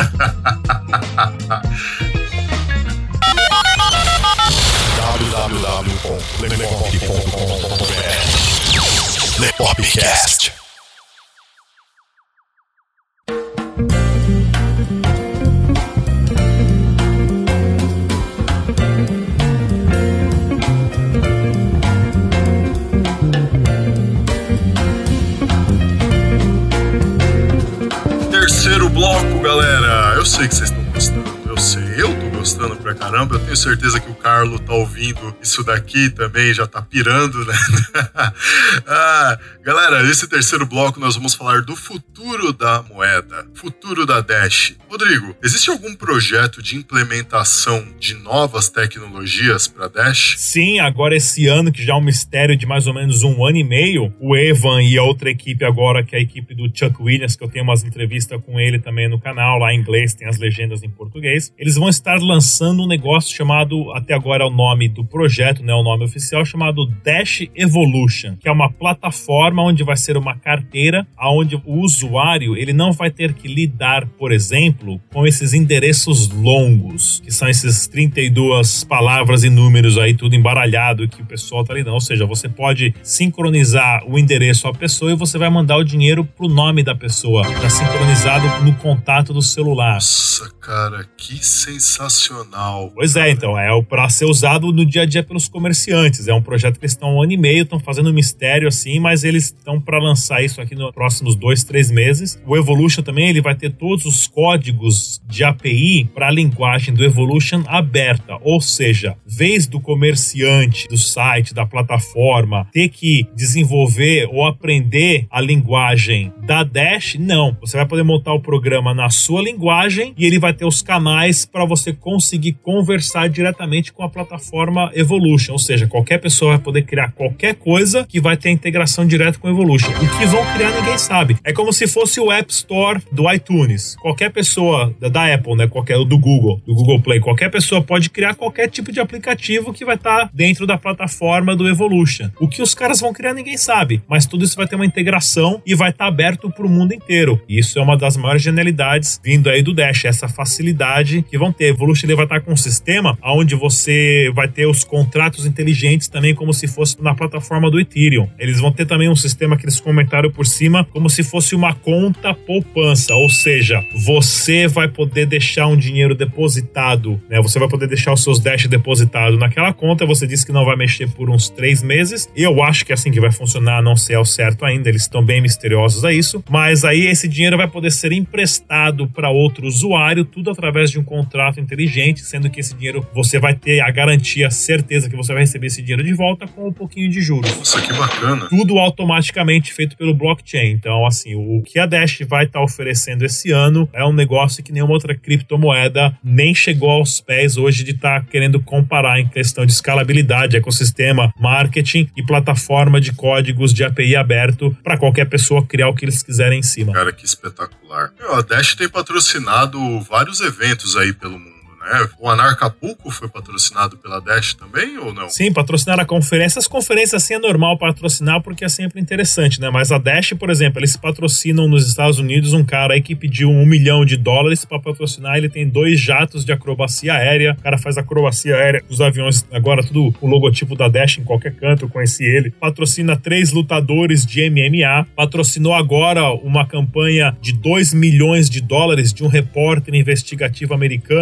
www.lepop.com.br Lepopcast. Terceiro bloco, galera. Eu sei que vocês estão gostando. Eu tô gostando pra caramba. Eu tenho certeza que o Carlo tá ouvindo isso daqui também, já tá pirando, né? Galera, nesse terceiro bloco nós vamos falar do futuro da moeda, futuro da Dash. Rodrigo, existe algum projeto de implementação de novas tecnologias pra Dash? Sim, agora esse ano, que já é um mistério de mais ou menos 1 ano e meio, o Evan e a outra equipe agora, que é a equipe do Chuck Williams, que eu tenho umas entrevistas com ele também no canal, lá em inglês, tem as legendas em português, eles vão estar lançando um negócio chamado, até agora é o nome do projeto, né, o nome oficial, chamado Dash Evolution, que é uma plataforma onde vai ser uma carteira, onde o usuário ele não vai ter que lidar, por exemplo, com esses endereços longos, que são esses 32 palavras e números aí, tudo embaralhado, que o pessoal tá lidando. Ou seja, você pode sincronizar o endereço à pessoa e você vai mandar o dinheiro pro nome da pessoa, já sincronizado no contato do celular. Nossa, cara, que sensacional. Pois é, então, é para ser usado no dia a dia pelos comerciantes. É um projeto que eles estão há 1 ano e meio, estão fazendo um mistério assim, mas eles estão para lançar isso aqui nos próximos 2-3 meses. O Evolution também, ele vai ter todos os códigos de API para a linguagem do Evolution aberta, ou seja, vez do comerciante, do site, da plataforma, ter que desenvolver ou aprender a linguagem da Dash, não. Você vai poder montar o programa na sua linguagem e ele vai ter os canais para você conseguir conversar diretamente com a plataforma Evolution, ou seja, qualquer pessoa vai poder criar qualquer coisa que vai ter integração direta com o Evolution. O que vão criar ninguém sabe. É como se fosse o App Store do iTunes. Qualquer pessoa da Apple, né, do Google Play, qualquer pessoa pode criar qualquer tipo de aplicativo que vai estar dentro da plataforma do Evolution. O que os caras vão criar ninguém sabe, mas tudo isso vai ter uma integração e vai estar aberto para o mundo inteiro. E isso é uma das maiores genialidades vindo aí do Dash, essa facilidade que vão ter. Evolution ele vai estar com um sistema onde você vai ter os contratos inteligentes também como se fosse na plataforma do Ethereum. Eles vão ter também um sistema que eles comentaram por cima como se fosse uma conta poupança, ou seja, você vai poder deixar um dinheiro depositado, né? Você vai poder deixar os seus Dash depositados naquela conta. Você disse que não vai mexer por uns 3 meses. Eu acho que é assim que vai funcionar, não sei ao certo ainda, eles estão bem misteriosos a isso, mas aí esse dinheiro vai poder ser emprestado para outro usuário, tudo através de um contrato inteligente, sendo que esse dinheiro você vai ter a garantia, a certeza que você vai receber esse dinheiro de volta com um pouquinho de juros. Nossa, que bacana. Tudo automaticamente feito pelo blockchain. Então, assim, o que a Dash vai estar oferecendo esse ano é um negócio que nenhuma outra criptomoeda nem chegou aos pés hoje de estar querendo comparar em questão de escalabilidade, ecossistema, marketing e plataforma de códigos de API aberto para qualquer pessoa criar o que eles quiserem em cima. Cara, que espetacular. A Dash tem patrocinado vários eventos aí pelo mundo, né? O Anarcapulco foi patrocinado pela Dash também, ou não? Sim, patrocinaram a conferência. As conferências assim é normal patrocinar porque é sempre interessante, né? Mas a Dash, por exemplo, eles patrocinam nos Estados Unidos um cara aí que pediu $1 milhão para patrocinar. Ele tem 2 jatos de acrobacia aérea. O cara faz acrobacia aérea com os aviões, agora tudo o logotipo da Dash em qualquer canto, eu conheci ele. Patrocina 3 lutadores de MMA. Patrocinou agora uma campanha de $2 milhões de um repórter investigativo americano cortando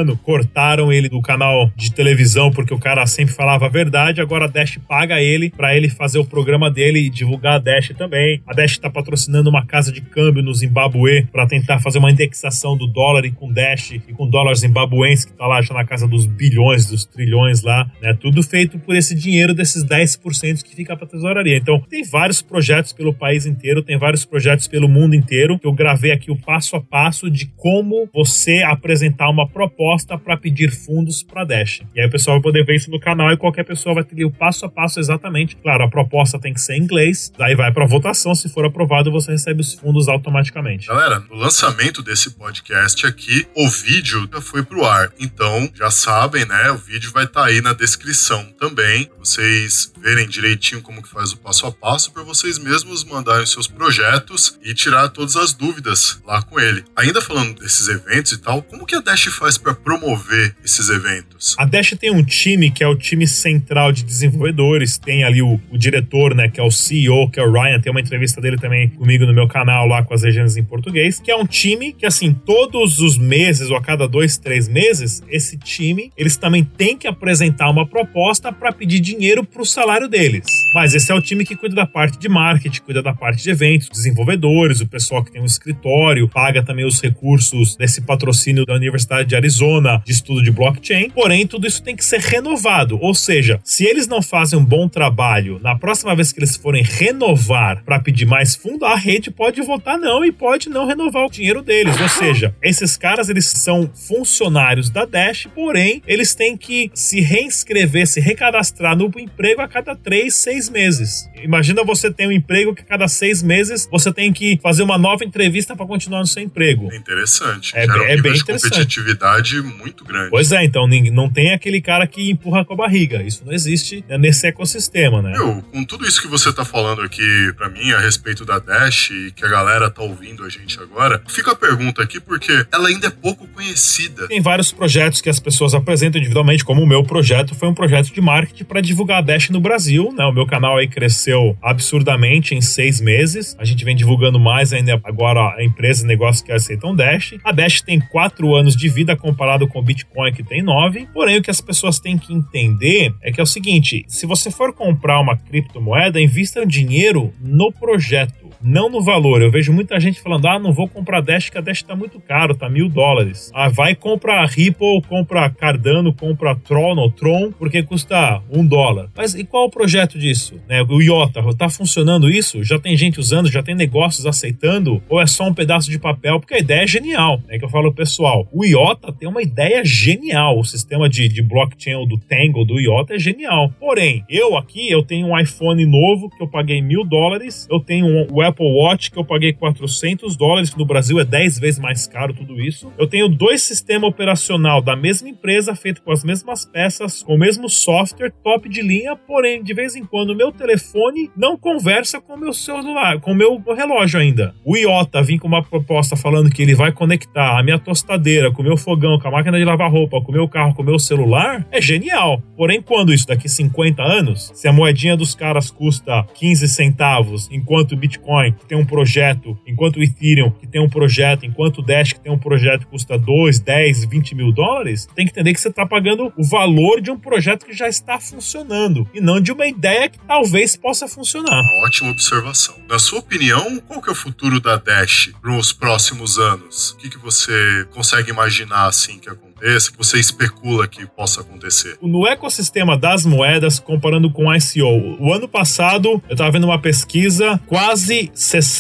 cortaram ele do canal de televisão porque o cara sempre falava a verdade, agora a Dash paga ele pra ele fazer o programa dele e divulgar a Dash também. A Dash tá patrocinando uma casa de câmbio no Zimbábue pra tentar fazer uma indexação do dólar e com Dash e com dólar zimbabuense que tá lá já na casa dos bilhões, dos trilhões lá, né? Tudo feito por esse dinheiro desses 10% que fica pra tesouraria. Então, tem vários projetos pelo país inteiro, tem vários projetos pelo mundo inteiro. Eu gravei aqui o passo a passo de como você apresentar uma proposta para pedir fundos para Dash. E aí o pessoal vai poder ver isso no canal e qualquer pessoa vai ter o passo a passo exatamente. Claro, a proposta tem que ser em inglês, daí vai para votação, se for aprovado você recebe os fundos automaticamente. Galera, no lançamento desse podcast aqui, o vídeo já foi pro ar. Então, já sabem, né? O vídeo vai estar aí na descrição também, pra vocês verem direitinho como que faz o passo a passo, para vocês mesmos mandarem seus projetos e tirar todas as dúvidas lá com ele. Ainda falando desses eventos e tal, como que a Dash faz para promover esses eventos? A Dash tem um time que é o time central de desenvolvedores, tem ali o diretor, né, que é o CEO, que é o Ryan, tem uma entrevista dele também comigo no meu canal lá com as legendas em português, que é um time que, assim, todos os meses ou a cada 2, 3 meses, esse time, eles também têm que apresentar uma proposta para pedir dinheiro pro salário deles. Mas esse é o time que cuida da parte de marketing, cuida da parte de eventos, desenvolvedores, o pessoal que tem um escritório, paga também os recursos desse patrocínio da Universidade de Arizona de estudo de blockchain. Porém, tudo isso tem que ser renovado. Ou seja, se eles não fazem um bom trabalho, na próxima vez que eles forem renovar para pedir mais fundo, a rede pode votar não e pode não renovar o dinheiro deles. Ou seja, esses caras, eles são funcionários da Dash, porém, eles têm que se reinscrever, se recadastrar no emprego a cada 3, 6 meses. Imagina você ter um emprego que a cada 6 meses você tem que fazer uma nova entrevista para continuar no seu emprego. É interessante. É bem interessante. Competitividade muito grande. Pois é, então não tem aquele cara que empurra com a barriga. Isso não existe nesse ecossistema, né? Com tudo isso que você tá falando aqui pra mim a respeito da Dash e que a galera tá ouvindo a gente agora, fica a pergunta aqui porque ela ainda é pouco conhecida. Tem vários projetos que as pessoas apresentam individualmente, como o meu projeto foi um projeto de marketing para divulgar a Dash no Brasil, né? O meu canal aí cresceu absurdamente em 6 meses. A gente vem divulgando mais ainda agora a empresas e negócios que aceitam Dash. A Dash tem 4 anos de vida comparado com o Bitcoin, que tem 9. Porém, o que as pessoas têm que entender é que é o seguinte: se você for comprar uma criptomoeda, invista o dinheiro no projeto, não no valor. Eu vejo muita gente falando, não vou comprar Dash, que a Dash tá muito caro, tá $1.000. Vai comprar Ripple, compra Cardano, compra Tron, porque custa $1. Mas e qual é o projeto disso? Né? O IOTA, tá funcionando isso? Já tem gente usando, já tem negócios aceitando? Ou é só um pedaço de papel? Porque a ideia é genial, né? Que eu falo, pessoal, o IOTA tem uma ideia genial, o sistema de blockchain do Tangle, do IOTA é genial. Porém, eu tenho um iPhone novo que eu paguei $1.000, eu tenho o Apple Watch que eu paguei $400, que no Brasil é 10 vezes mais caro tudo isso. Eu tenho 2 sistemas operacional da mesma empresa, feito com as mesmas peças, com o mesmo software, top de linha, porém, de vez em quando, o meu telefone não conversa com o meu celular, com o meu relógio ainda. O IOTA vem com uma proposta falando que ele vai conectar a minha tostadeira com o meu fogão, com a máquina de lavar roupa, com o meu carro, com o meu celular, é genial. Porém, quando isso daqui 50 anos, se a moedinha dos caras custa 15 centavos, enquanto o Bitcoin que tem um projeto, enquanto o Ethereum que tem um projeto, enquanto o Dash que tem um projeto que custa 2, 10, 20 mil dólares, tem que entender que você está pagando o valor de um projeto que já está funcionando e não de uma ideia que talvez possa funcionar. Ótima observação. Na sua opinião, qual que é o futuro da Dash para os próximos anos? O que você consegue imaginar assim que aconteça, que você especula que possa acontecer? No ecossistema das moedas, comparando com o ICO, o ano passado eu estava vendo uma pesquisa, quase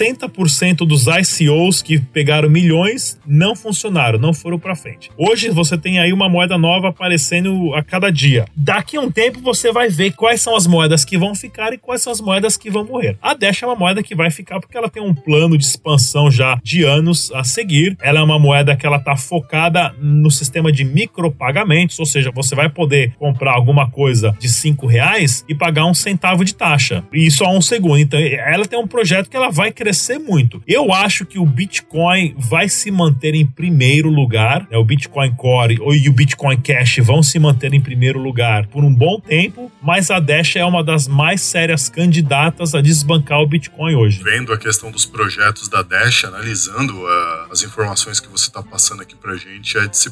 60% dos ICOs que pegaram milhões não funcionaram, não foram para frente. Hoje você tem aí uma moeda nova aparecendo a cada dia. Daqui a um tempo você vai ver quais são as moedas que vão ficar e quais são as moedas que vão morrer. A Dash é uma moeda que vai ficar porque ela tem um plano de expansão já de anos a seguir. Ela é uma moeda que ela está focada no sistema de micropagamentos, ou seja, você vai poder comprar alguma coisa de R$5 e pagar 1 centavo de taxa. E isso a 1 segundo. Então, ela tem um projeto que ela vai crescer muito. Eu acho que o Bitcoin vai se manter em primeiro lugar, né? O Bitcoin Core e o Bitcoin Cash vão se manter em primeiro lugar por um bom tempo, mas a Dash é uma das mais sérias candidatas a desbancar o Bitcoin hoje. Vendo a questão dos projetos da Dash, analisando as informações que você está passando aqui pra gente, é de se pensar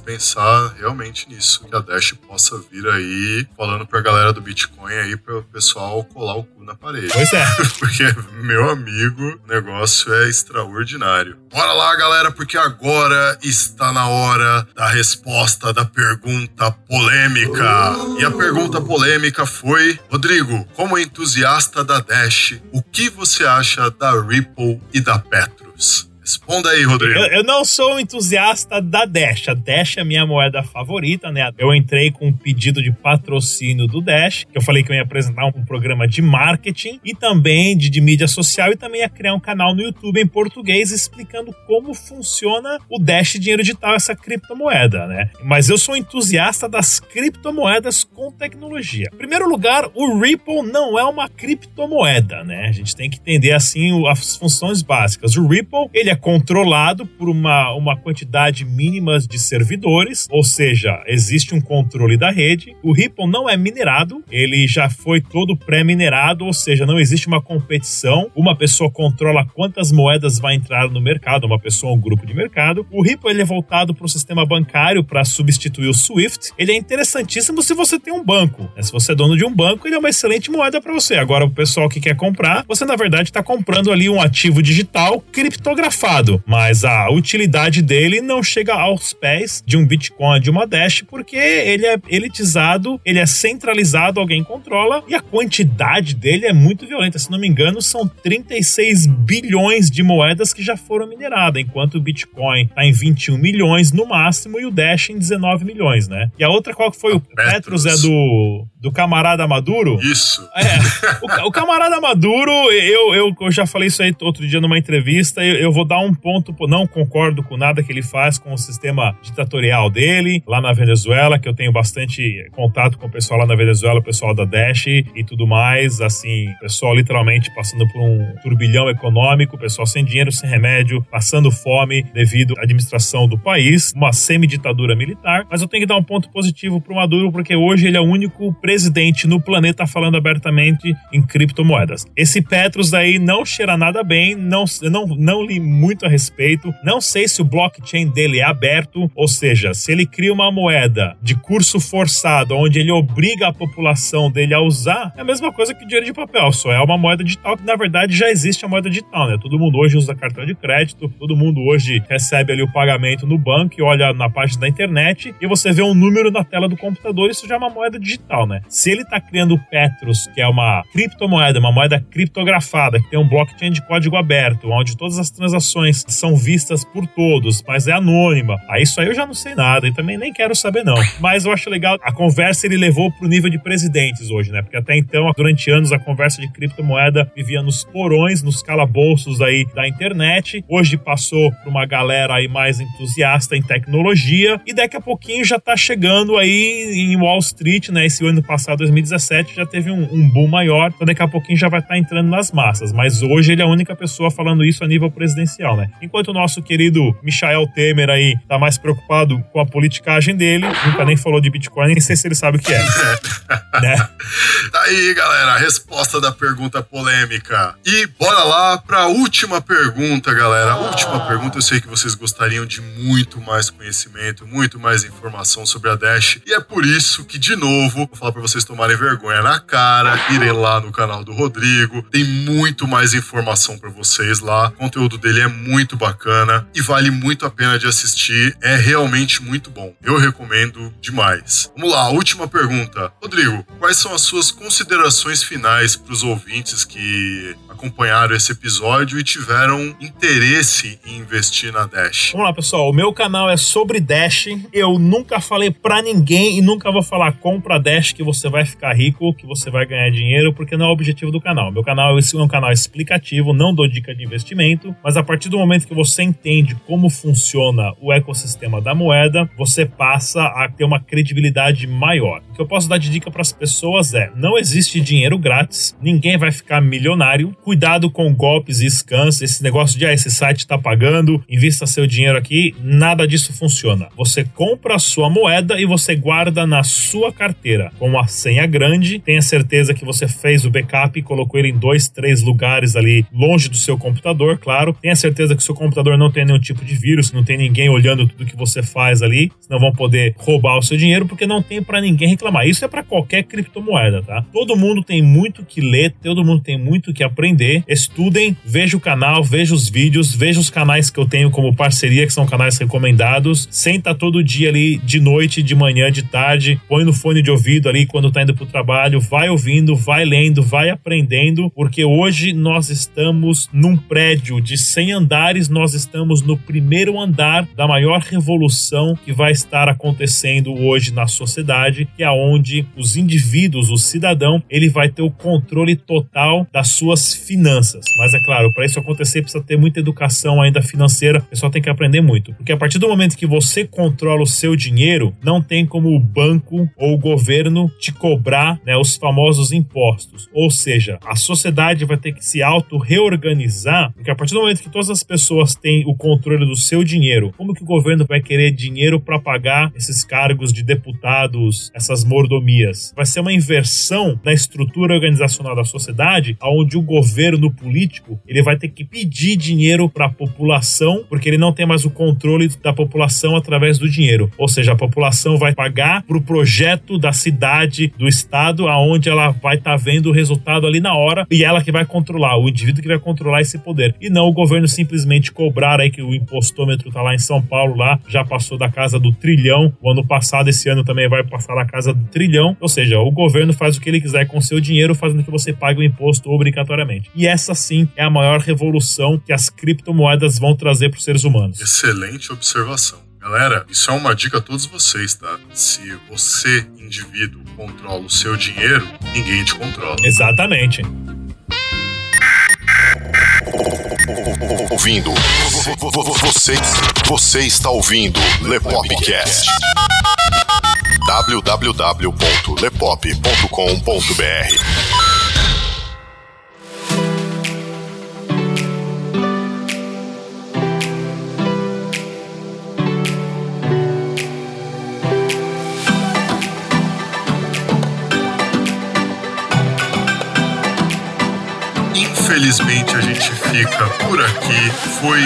apostar realmente nisso, que a Dash possa vir aí falando pra galera do Bitcoin aí, para o pessoal colar o cu na parede. Pois é. Porque, meu amigo, o negócio é extraordinário. Bora lá, galera, porque agora está na hora da resposta da pergunta polêmica. E a pergunta polêmica foi: Rodrigo, como entusiasta da Dash, o que você acha da Ripple e da Petrus? Responda aí, Rodrigo. Eu não sou um entusiasta da Dash. A Dash é a minha moeda favorita, né? Eu entrei com um pedido de patrocínio do Dash, que eu falei que eu ia apresentar um programa de marketing e também de mídia social, e também ia criar um canal no YouTube em português explicando como funciona o Dash Dinheiro Digital, essa criptomoeda, né? Mas eu sou um entusiasta das criptomoedas com tecnologia. Em primeiro lugar, o Ripple não é uma criptomoeda, né? A gente tem que entender, assim, as funções básicas. O Ripple, ele é controlado por uma quantidade mínima de servidores, ou seja, existe um controle da rede. O Ripple não é minerado, ele já foi todo pré-minerado, ou seja, não existe uma competição. Uma pessoa controla quantas moedas vai entrar no mercado, uma pessoa ou um grupo de mercado. O Ripple, ele é voltado para o sistema bancário para substituir o Swift. Ele é interessantíssimo se você tem um banco, né? Se você é dono de um banco, ele é uma excelente moeda para você. Agora, o pessoal que quer comprar, você na verdade está comprando ali um ativo digital criptografado, mas a utilidade dele não chega aos pés de um Bitcoin, de uma Dash, porque ele é elitizado, ele é centralizado, alguém controla, e a quantidade dele é muito violenta. Se não me engano, são 36 bilhões de moedas que já foram mineradas, enquanto o Bitcoin está em 21 milhões no máximo e o Dash em 19 milhões, né? E a outra, qual que foi? O Petrus é do camarada Maduro? Isso. O camarada Maduro, eu já falei isso aí outro dia numa entrevista, eu vou dar um ponto, não concordo com nada que ele faz com o sistema ditatorial dele, lá na Venezuela, que eu tenho bastante contato com o pessoal lá na Venezuela, o pessoal da Dash e tudo mais, assim, o pessoal literalmente passando por um turbilhão econômico, o pessoal sem dinheiro, sem remédio, passando fome devido à administração do país, uma semi-ditadura militar, mas eu tenho que dar um ponto positivo pro Maduro, porque hoje ele é o único presidente no planeta falando abertamente em criptomoedas. Esse Petrus aí não cheira nada bem, não li muito a respeito, não sei se o blockchain dele é aberto, ou seja, se ele cria uma moeda de curso forçado, onde ele obriga a população dele a usar, é a mesma coisa que dinheiro de papel, só é uma moeda digital que na verdade já existe a moeda digital, né? Todo mundo hoje usa cartão de crédito, todo mundo hoje recebe ali o pagamento no banco e olha na página da internet e você vê um número na tela do computador, isso já é uma moeda digital, né? Se ele tá criando o Petrus, que é uma criptomoeda, uma moeda criptografada, que tem um blockchain de código aberto, onde todas as transações são vistas por todos, mas é anônima. Aí isso aí eu já não sei nada e também nem quero saber não. Mas eu acho legal, a conversa ele levou pro nível de presidentes hoje, né? Porque até então, durante anos, a conversa de criptomoeda vivia nos porões, nos calabouços aí da internet. Hoje passou pra uma galera aí mais entusiasta em tecnologia e daqui a pouquinho já tá chegando aí em Wall Street, né? Esse ano passado, 2017, já teve um boom maior, então daqui a pouquinho já vai estar entrando nas massas. Mas hoje ele é a única pessoa falando isso a nível presidencial, né? Enquanto o nosso querido Michael Temer aí tá mais preocupado com a politicagem dele, nunca nem falou de Bitcoin, nem sei se ele sabe o que é. Né? Tá aí, galera, a resposta da pergunta polêmica. E bora lá pra última pergunta, galera. A última pergunta, eu sei que vocês gostariam de muito mais conhecimento, muito mais informação sobre a Dash, e é por isso que, de novo, vou falar pra vocês tomarem vergonha na cara, irem lá no canal do Rodrigo, tem muito mais informação pra vocês lá, o conteúdo dele é muito bacana e vale muito a pena de assistir, é realmente muito bom, eu recomendo demais. Vamos lá, a última pergunta. Rodrigo, quais são as suas considerações finais pros ouvintes que acompanharam esse episódio e tiveram interesse em investir na Dash? Vamos lá, pessoal, o meu canal é sobre Dash, eu nunca falei pra ninguém e nunca vou falar compra Dash que você vai ficar rico, que você vai ganhar dinheiro, porque não é o objetivo do canal. Meu canal é um canal explicativo, não dou dica de investimento, mas a partir do momento que você entende como funciona o ecossistema da moeda, você passa a ter uma credibilidade maior. O que eu posso dar de dica para as pessoas é: não existe dinheiro grátis, ninguém vai ficar milionário cuidado com golpes e scams, esse negócio de esse site está pagando, invista seu dinheiro aqui, nada disso funciona. Você compra a sua moeda e você guarda na sua carteira com uma senha grande, tenha certeza que você fez o backup e colocou ele em 2, 3 lugares ali longe do seu computador, claro. Tenha certeza que o seu computador não tem nenhum tipo de vírus, não tem ninguém olhando tudo que você faz ali, senão vão poder roubar o seu dinheiro, porque não tem pra ninguém reclamar. Isso é pra qualquer criptomoeda, tá? Todo mundo tem muito que ler, todo mundo tem muito que aprender. Estudem, veja o canal, veja os vídeos, veja os canais que eu tenho como parceria, que são canais recomendados. Senta todo dia ali, de noite, de manhã, de tarde, põe no fone de ouvido ali quando tá indo pro trabalho, vai ouvindo, vai lendo, vai aprendendo, porque hoje nós estamos num prédio de 100 andares, nós estamos no primeiro andar da maior revolução que vai estar acontecendo hoje na sociedade, que é onde os indivíduos, o cidadão, ele vai ter o controle total das suas finanças. Mas é claro, para isso acontecer precisa ter muita educação ainda financeira, o pessoal tem que aprender muito, porque a partir do momento que você controla o seu dinheiro, não tem como o banco ou o governo te cobrar, né, os famosos impostos. Ou seja, a sociedade vai ter que se auto-reorganizar, porque a partir do momento que todas as pessoas têm o controle do seu dinheiro, como que o governo vai querer dinheiro para pagar esses cargos de deputados, essas mordomias? Vai ser uma inversão na estrutura organizacional da sociedade, onde o governo político ele vai ter que pedir dinheiro para a população, porque ele não tem mais o controle da população através do dinheiro. Ou seja, a população vai pagar para o projeto da cidade, do estado, aonde ela vai estar vendo o resultado ali na hora, e ela que vai controlar, o indivíduo que vai controlar esse poder. E não o governo simplesmente cobrar aí, que o impostômetro tá lá em São Paulo, lá já passou da casa do trilhão, o ano passado, esse ano também vai passar da casa do trilhão. Ou seja, o governo faz o que ele quiser com o seu dinheiro, fazendo que você pague o imposto obrigatoriamente. E essa sim é a maior revolução que as criptomoedas vão trazer para os seres humanos. Excelente observação. Galera, isso é uma dica a todos vocês, tá? Se você, indivíduo, controla o seu dinheiro, ninguém te controla. Exatamente. Ouvindo. Você está ouvindo Lepopcast. www.lepop.com.br. Infelizmente a gente fica por aqui. Foi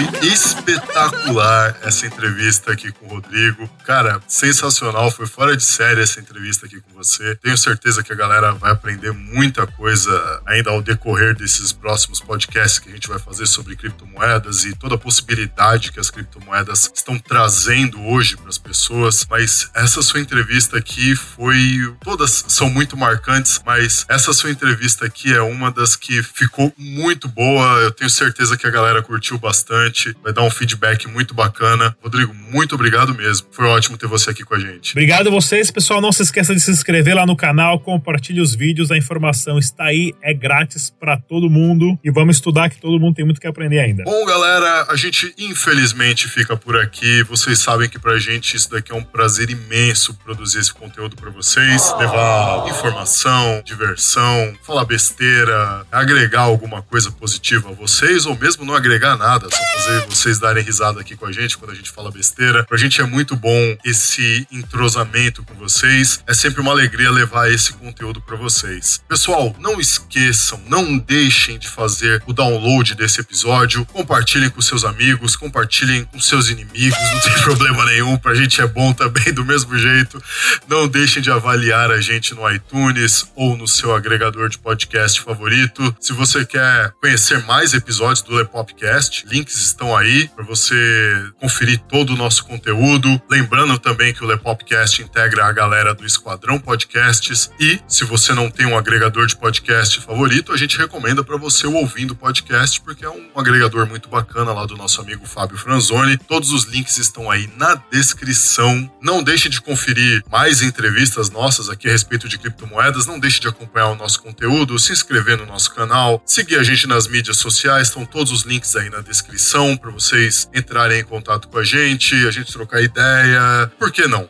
espetacular essa entrevista aqui com o Rodrigo. Cara, sensacional, foi fora de série essa entrevista aqui com você. Tenho certeza que a galera vai aprender muita coisa ainda ao decorrer desses próximos podcasts que a gente vai fazer sobre criptomoedas e toda a possibilidade que as criptomoedas estão trazendo hoje para as pessoas. Mas essa sua entrevista aqui todas são muito marcantes, mas essa sua entrevista aqui é uma das que ficou muito boa. Eu tenho certeza que a galera curtiu bastante, vai dar um feedback muito bacana. Rodrigo, muito obrigado mesmo. Foi ótimo ter você aqui com a gente. Obrigado a vocês, pessoal. Não se esqueça de se inscrever lá no canal, compartilhe os vídeos, a informação está aí, é grátis para todo mundo e vamos estudar, que todo mundo tem muito que aprender ainda. Bom, galera, a gente infelizmente fica por aqui. Vocês sabem que pra gente isso daqui é um prazer imenso produzir esse conteúdo pra vocês, levar informação, diversão, falar besteira, agregar alguma coisa positiva a vocês, ou mesmo não agregar nada, só fazer vocês darem risada aqui com a gente quando a gente fala besteira. Pra gente é muito bom esse entrosamento com vocês, é sempre uma alegria levar esse conteúdo pra vocês. Pessoal, não esqueçam, não deixem de fazer o download desse episódio, compartilhem com seus amigos, compartilhem com seus inimigos, não tem problema nenhum, pra gente é bom também do mesmo jeito. Não deixem de avaliar a gente no iTunes ou no seu agregador de podcast favorito. Se você quer conhecer mais episódios do Lepopcast, links estão aí para você conferir todo o nosso conteúdo. Lembrando também que o Lepopcast integra a galera do Esquadrão Podcasts, e se você não tem um agregador de podcast favorito, a gente recomenda para você o Ouvindo Podcast, porque é um agregador muito bacana lá do nosso amigo Fábio Franzoni. Todos os links estão aí na descrição. Não deixe de conferir mais entrevistas nossas aqui a respeito de criptomoedas. Não deixe de acompanhar o nosso conteúdo, se inscrever no nosso canal, seguir a gente nas mídias sociais. Estão todos os links aí na descrição para vocês entrarem em contato com a gente trocar ideia. Por que não?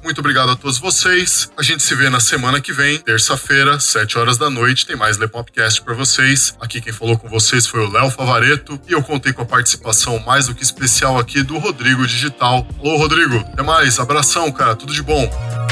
Muito obrigado a todos vocês. A gente se vê na semana que vem, terça-feira, 7 horas da noite. Tem mais Lepopcast pra vocês. Aqui quem falou com vocês foi o Léo Favaretto e eu contei com a participação mais do que especial aqui do Rodrigo Digital. Alô, Rodrigo. Até mais. Abração, cara. Tudo de bom.